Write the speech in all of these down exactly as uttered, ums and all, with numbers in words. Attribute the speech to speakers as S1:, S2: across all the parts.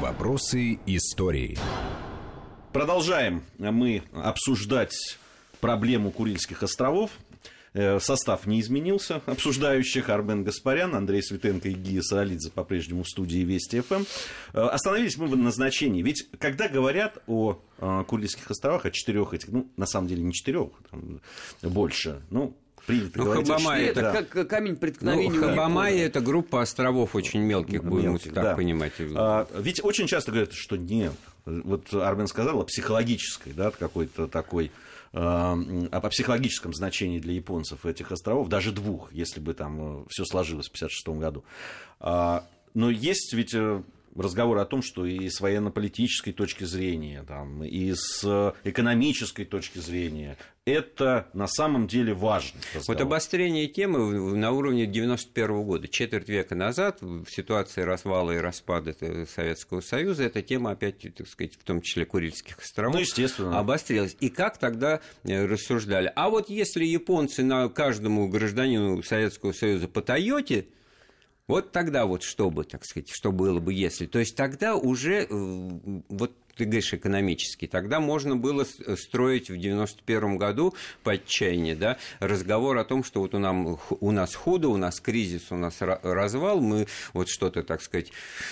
S1: Вопросы истории.
S2: Продолжаем мы обсуждать проблему Курильских островов. Состав не изменился. Обсуждающих: Армен Гаспарян, Андрей Светенко и Гия Саралидзе по-прежнему в студии Вести ФМ. Остановились мы в назначении. Ведь когда говорят о Курильских островах, о четырех этих, ну, на самом деле не четырех, там больше, ну, принято
S3: ну,
S2: говорить,
S3: Хабамай,
S2: это
S3: да.
S4: как камень преткновения.
S3: Ну, Хабамай — это группа островов очень мелких, будем
S2: мелких,
S3: так
S2: да.
S3: понимать.
S2: А, ведь очень часто говорят, что нет. Вот Армен сказал о психологической, да, какой-то такой, о психологическом значении для японцев этих островов, даже двух, если бы там все сложилось в пятьдесят шестом году. Но есть ведь разговор о том, что и с военно-политической точки зрения, там, и с экономической точки зрения это на самом деле важно.
S3: Вот обострение темы на уровне девяносто первого года, четверть века назад, в ситуации развала и распада Советского Союза, эта тема опять, так сказать, в том числе Курильских островов, ну, естественно, обострилась. И как тогда рассуждали? А вот если японцы на каждому гражданину Советского Союза по Тойоте, вот тогда вот что бы, так сказать, что было бы если. То есть тогда уже, вот ты говоришь, экономически, тогда можно было строить в девяносто первом году по отчаянию, да, разговор о том, что вот у, нам, у нас худо, у нас кризис, у нас развал, мы вот что-то, так сказать,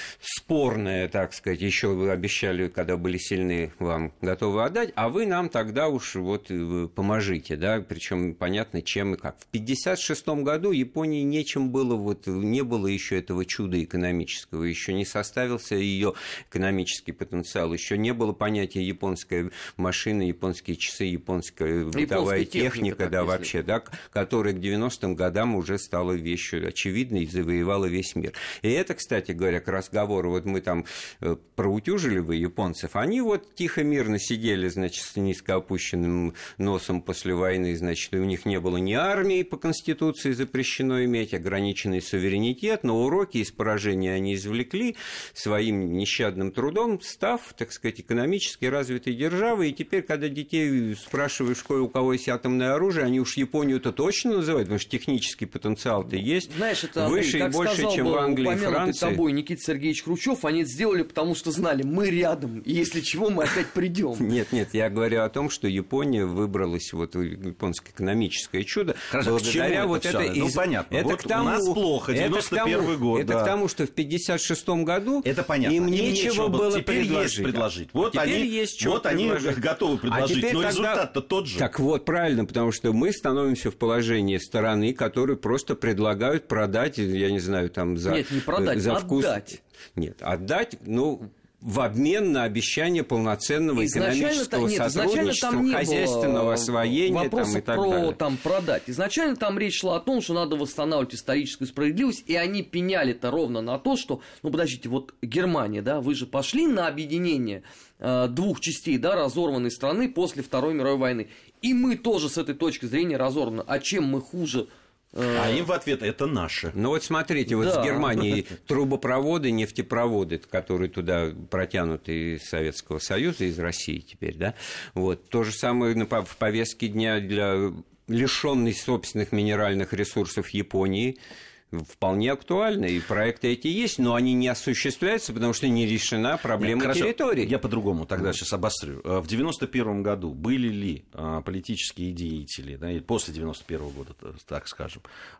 S3: спорное, так сказать, еще вы обещали, когда были сильны, вам готовы отдать, а вы нам тогда уж вот поможите, да, причем понятно, чем и как. В пятьдесят шестом году Японии нечем было, вот не было еще этого чуда экономического, еще не составился ее экономический потенциал, еще не было понятия японская машина, японские часы, японская бытовая техника, техника да, вообще, да, которая к девяностым годам уже стала вещью очевидной и завоевала весь мир. И это, кстати говоря, к разговору, вот мы там проутюжили вы японцев, они вот тихо мирно сидели, значит, с низко опущенным носом после войны, значит, и у них не было ни армии, по Конституции запрещено иметь, ограниченный суверенитет, но уроки из поражения они извлекли своим нещадным трудом, став, так сказать, экономически развитой державой, и теперь, когда детей спрашиваешь в школе, у кого есть атомное оружие, они уж Японию-то точно называют, потому что технический потенциал-то есть.
S4: Знаешь, это,
S3: выше
S4: Андрей,
S3: и больше,
S4: сказал,
S3: чем в Англии и Франции.
S4: тобой Никита Сергеевич Хрущев, они это сделали, потому что знали, мы рядом, и если чего, мы опять придем.
S3: Нет, нет, я говорю о том, что Япония выбралась, вот японское экономическое чудо,
S2: Хорошо, благодаря вот это...
S3: Из...
S2: Ну, понятно,
S3: это
S2: вот
S3: к тому,
S2: у нас плохо, девяносто первый год.
S3: Это
S2: да.
S3: к тому, что в пятьдесят шестом году
S2: это понятно.
S3: им, им нечего, нечего было
S2: теперь
S3: предложить.
S2: Есть предложить. Вот
S3: теперь
S2: они,
S3: есть
S2: вот они готовы предложить,
S3: а
S2: но
S3: когда...
S2: результат-то тот же.
S3: Так вот, правильно, потому что мы становимся в положении стороны, которые просто предлагают продать, я не знаю, там за...
S4: Нет, не продать,
S3: за вкус...
S4: отдать.
S3: Нет, отдать, ну... в обмен на обещание полноценного экономического
S4: нет,
S3: сотрудничества,
S4: там не
S3: хозяйственного освоения там, и так
S4: про,
S3: далее.
S4: Там, продать. Изначально там речь шла о том, что надо восстанавливать историческую справедливость, и они пеняли-то ровно на то, что, ну, подождите, вот Германия, да, вы же пошли на объединение э, двух частей, да, разорванной страны после Второй мировой войны, и мы тоже с этой точки зрения разорваны. А чем мы хуже?
S2: А им в ответ это наше.
S3: Ну вот смотрите, вот
S4: да.
S3: в Германии трубопроводы, нефтепроводы, которые туда протянуты из Советского Союза, из России теперь, да, вот, то же самое в повестке дня для лишенной собственных минеральных ресурсов Японии вполне актуально, и проекты эти есть, но они не осуществляются, потому что не решена проблема
S2: Нет,
S3: территории.
S2: Я по-другому тогда сейчас обострю. В девяносто первом году были ли политические деятели, да, после девяносто первого года, так скажем,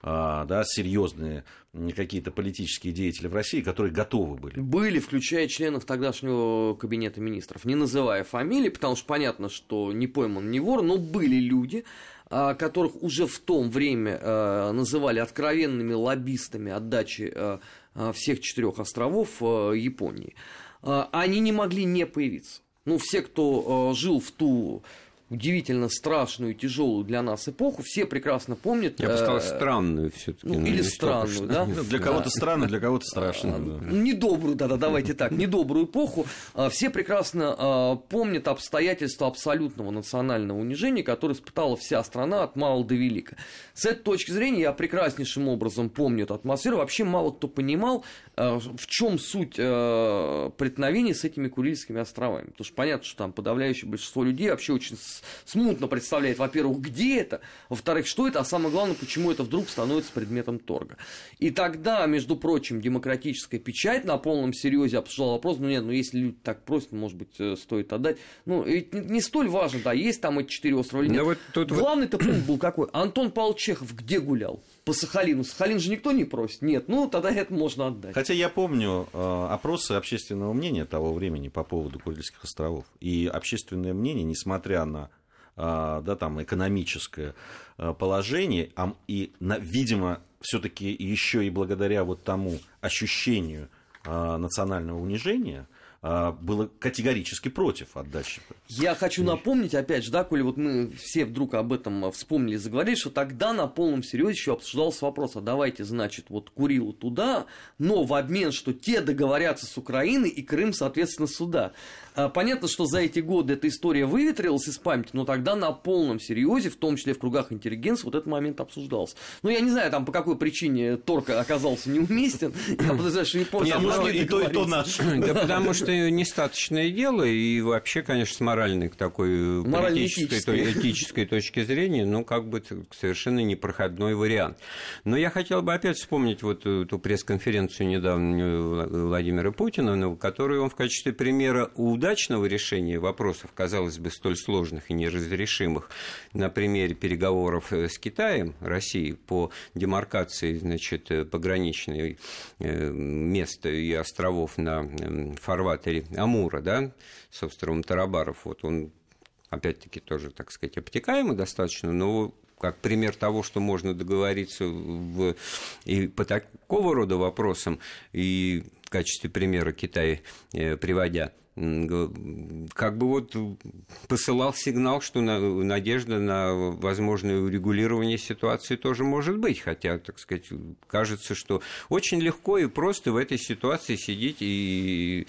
S2: да, серьезные какие-то политические деятели в России, которые готовы были?
S4: Были, включая членов тогдашнего кабинета министров, не называя фамилии, потому что понятно, что не пойман, не вор, но были люди, которых уже в то время э, называли откровенными лоббистами отдачи э, всех четырех островов э, Японии, э, они не могли не появиться. Ну, все, кто э, жил в ту удивительно страшную, тяжелую для нас эпоху, все прекрасно помнят.
S3: Я бы сказал, странную все-таки.
S4: Ну, или странную, да?
S2: Для кого-то странную, для кого-то страшную.
S4: Недобрую, да-да, давайте так, недобрую эпоху. Все прекрасно помнят обстоятельства абсолютного национального унижения, которое испытала вся страна от мала до велика. С этой точки зрения я прекраснейшим образом помню эту атмосферу. Вообще мало кто понимал, в чем суть преткновения с этими Курильскими островами. Потому что понятно, что там подавляющее большинство людей вообще очень смутно представляет, во-первых, где это, во-вторых, что это, а самое главное, почему это вдруг становится предметом торга. И тогда, между прочим, демократическая печать на полном серьезе обсуждала вопрос, ну нет, ну если люди так просят, может быть, стоит отдать. Ну, ведь не столь важно, да, есть там эти четыре острова или нет. Вот тут главный-то вот... пункт был какой? Антон Павлович Чехов где гулял? По Сахалину. Сахалин же никто не просит. Нет, ну тогда это можно отдать.
S2: Хотя я помню э, опросы общественного мнения того времени по поводу Курильских островов. И общественное мнение, несмотря на э, да, там, экономическое э, положение, а, и, на, видимо, все-таки еще и благодаря вот тому ощущению э, национального унижения, было категорически против отдачи.
S4: Я хочу напомнить, опять же, да, коли вот мы все вдруг об этом вспомнили, заговорили, что тогда на полном серьезе еще обсуждался вопрос, а давайте, значит, вот Курилу туда, но в обмен, что те договорятся с Украиной и Крым, соответственно, сюда. Понятно, что за эти годы эта история выветрилась из памяти, но тогда на полном серьезе, в том числе в кругах интеллигенции, вот этот момент обсуждался. Ну, я не знаю, там по какой причине торг оказался неуместен. Я подозреваю, что японцы...
S2: Может, и то, и то наше.
S3: Да потому что нестаточное дело, и вообще, конечно, с моральной такой политической, этической точки зрения, ну, как бы совершенно непроходной вариант. Но я хотел бы опять вспомнить вот эту пресс-конференцию недавнюю Владимира Путина, которую он в качестве примера удачного решения вопросов, казалось бы, столь сложных и неразрешимых, на примере переговоров с Китаем, России, по демаркации, значит, пограничных мест и островов на фарватере Амура, да, с островом Тарабаров, вот он, опять-таки, тоже, так сказать, обтекаемый достаточно, но как пример того, что можно договориться в... и по такого рода вопросам, и в качестве примера Китай приводя, как бы вот посылал сигнал, что надежда на возможное урегулирование ситуации тоже может быть. Хотя, так сказать, кажется, что очень легко и просто в этой ситуации сидеть и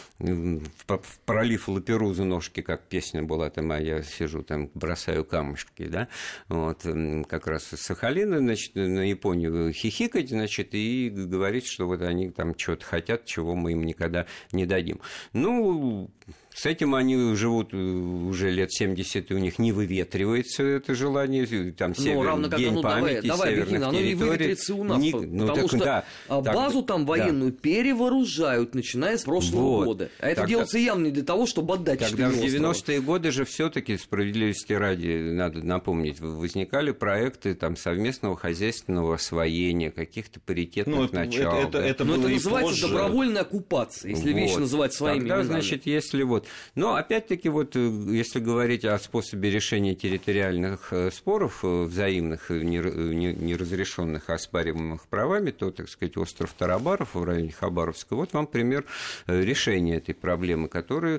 S3: в пролив Лаперузу ножки, как песня была там, а я сижу там, бросаю камушки, да, вот, как раз с Сахалина, значит, на Японию хихикать, значит, и говорить, что вот они там что-то хотят, чего мы им никогда не дадим. Ну, с этим они живут уже лет семьдесят, и у них не выветривается это желание. Там
S4: ну, равно как, День ну, памяти, давай, давай, оно не выветрится у нас, не, ну, потому так, что да, базу так, там военную да. перевооружают, начиная с прошлого вот. года. А это тогда, делается явно не для того, чтобы отдать
S3: четыре острова. В девяностые годы же все-таки, справедливости ради, надо напомнить, возникали проекты там, совместного хозяйственного освоения, каких-то паритетных ну, начал.
S4: Это, это,
S3: да.
S4: это, Но это называется позже. добровольная оккупация, если вот. вещи называть своими
S3: тогда,
S4: именами.
S3: Значит, если вот но, опять-таки, вот, если говорить о способе решения территориальных споров, взаимных, неразрешенных, оспариваемых правами, то, так сказать, остров Тарабаров в районе Хабаровска, вот вам пример решения этой проблемы, которую,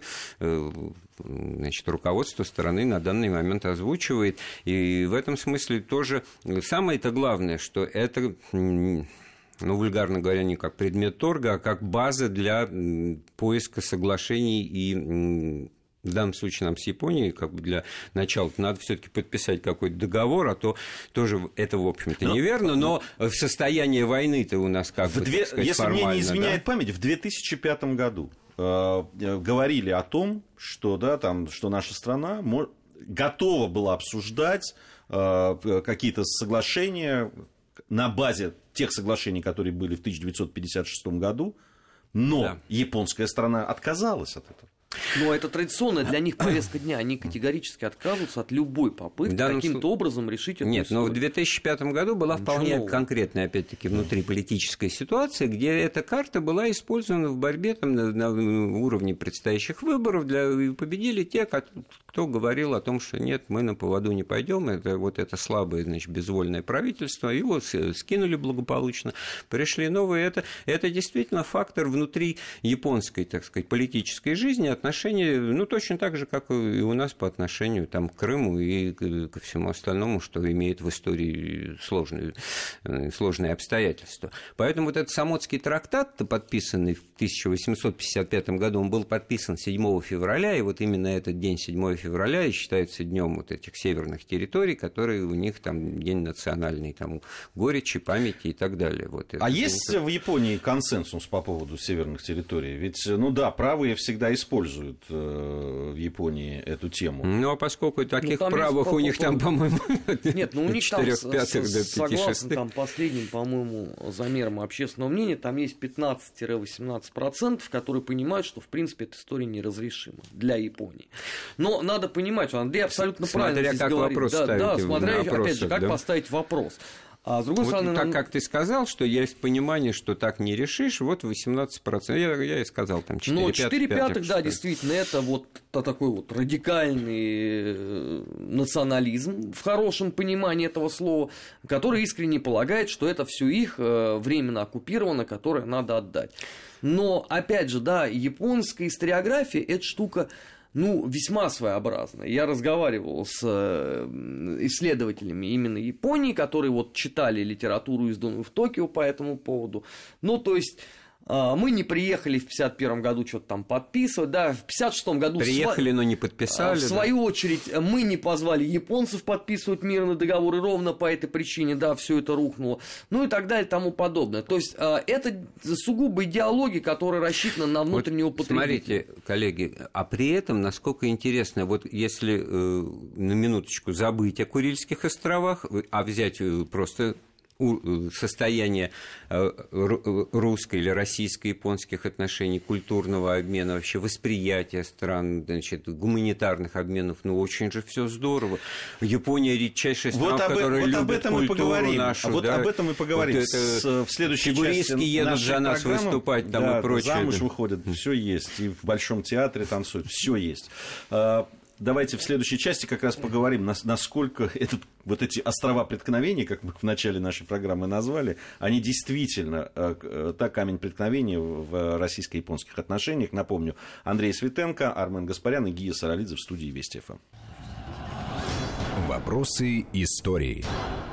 S3: значит, руководство страны на данный момент озвучивает. И в этом смысле тоже самое-то главное, что это... ну, вульгарно говоря, не как предмет торга, а как база для поиска соглашений и... В данном случае нам с Японией, как бы для начала, надо все-таки подписать какой-то договор, а то тоже это, в общем-то, но, неверно, но в состоянии войны-то у нас как
S2: бы,
S3: две, так сказать,
S2: если
S3: формально,
S2: мне не изменяет
S3: да?
S2: память, в две тысячи пятом году э, говорили о том, что, да, там, что наша страна мож... готова была обсуждать э, какие-то соглашения на базе тех соглашений, которые были в тысяча девятьсот пятьдесят шестом году, но да. японская сторона отказалась от этого.
S4: Но это традиционная для них повестка дня. Они категорически отказываются от любой попытки каким-то сл... образом решить эту
S3: Нет,
S4: историю.
S3: но в две тысячи пятом году была Ничего вполне нового. конкретная, опять-таки, внутриполитическая ситуация, где эта карта была использована в борьбе там, на, на уровне предстоящих выборов. Для... И победили те, кто говорил о том, что нет, мы на поводу не пойдем. Это вот это слабое, значит, безвольное правительство. Его скинули благополучно. Пришли новые. Это, это действительно фактор внутри японской, так сказать, политической жизни, отношения, ну, точно так же, как и у нас по отношению там, к Крыму и ко всему остальному, что имеет в истории сложные, сложные обстоятельства. Поэтому вот этот Самотский трактат, подписанный в тысяча восемьсот пятьдесят пятом году он был подписан седьмого февраля, и вот именно этот день, седьмого февраля, и считается днем вот этих северных территорий, которые у них там день национальный, там горечи, памяти и так далее. Вот
S2: а есть в Японии консенсус по поводу северных территорий? Ведь, ну да, правые всегда используют э, в Японии эту тему.
S3: Ну, а поскольку таких ну, правых у них там, по-моему,
S4: нет, ну у них там,
S3: пятых до
S4: согласно там последним, по-моему, замерам общественного мнения, там есть пятнадцать-восемнадцать процентов, которые понимают, что, в принципе, эта история неразрешима для Японии. Но надо понимать, что Андрей абсолютно
S3: смотря
S4: правильно здесь
S3: как
S4: говорит.
S3: Вопрос
S4: да, да, смотря,
S3: опросах,
S4: опять же, как
S3: да?
S4: поставить вопрос. А с другой
S3: вот
S4: стороны,
S3: так
S4: нам...
S3: как ты сказал, что есть понимание, что так не решишь, вот восемнадцать процентов, я, я и сказал, там четыре пятых.
S4: Ну, четыре пятых, да, действительно, это вот такой вот радикальный национализм в хорошем понимании этого слова, который искренне полагает, что это все их временно оккупировано, которое надо отдать. Но, опять же, да, японская историография – это штука... Ну, весьма своеобразно. Я разговаривал с исследователями именно Японии, которые вот читали литературу, изданную в Токио по этому поводу. Ну, то есть... Мы не приехали в пятьдесят первом году что-то там подписывать, да, в пятьдесят шестом году...
S3: Приехали, но не подписали.
S4: В свою да? очередь, мы не позвали японцев подписывать мирный договор, и ровно по этой причине, да, все это рухнуло, ну и так далее, и тому подобное. То есть, это сугубо идеология, которая рассчитана на внутреннего вот потребителя.
S3: Смотрите, коллеги, а при этом, насколько интересно, вот если э, на минуточку забыть о Курильских островах, а взять просто... состояние русско- или российско-японских отношений, культурного обмена, вообще восприятия стран, значит, гуманитарных обменов, ну, очень же все здорово. Япония редчайшая страна,
S2: вот
S3: которая
S2: вот
S3: любит
S2: об этом
S3: культуру
S2: мы поговорим.
S3: нашу.
S2: Вот
S3: да?
S2: об этом мы поговорим. Вот это... В следующей части
S3: едут за нас
S2: программы,
S3: выступать там
S2: да,
S3: и прочее.
S2: Замуж выходят, все есть. И в Большом театре танцуют, все есть. Давайте в следующей части как раз поговорим, насколько этот, вот эти острова преткновения, как мы в начале нашей программы назвали, они действительно та камень преткновения в российско-японских отношениях. Напомню, Андрей Светенко, Армен Гаспарян и Гия Саралидзе в студии Вести ФМ.
S1: Вопросы истории.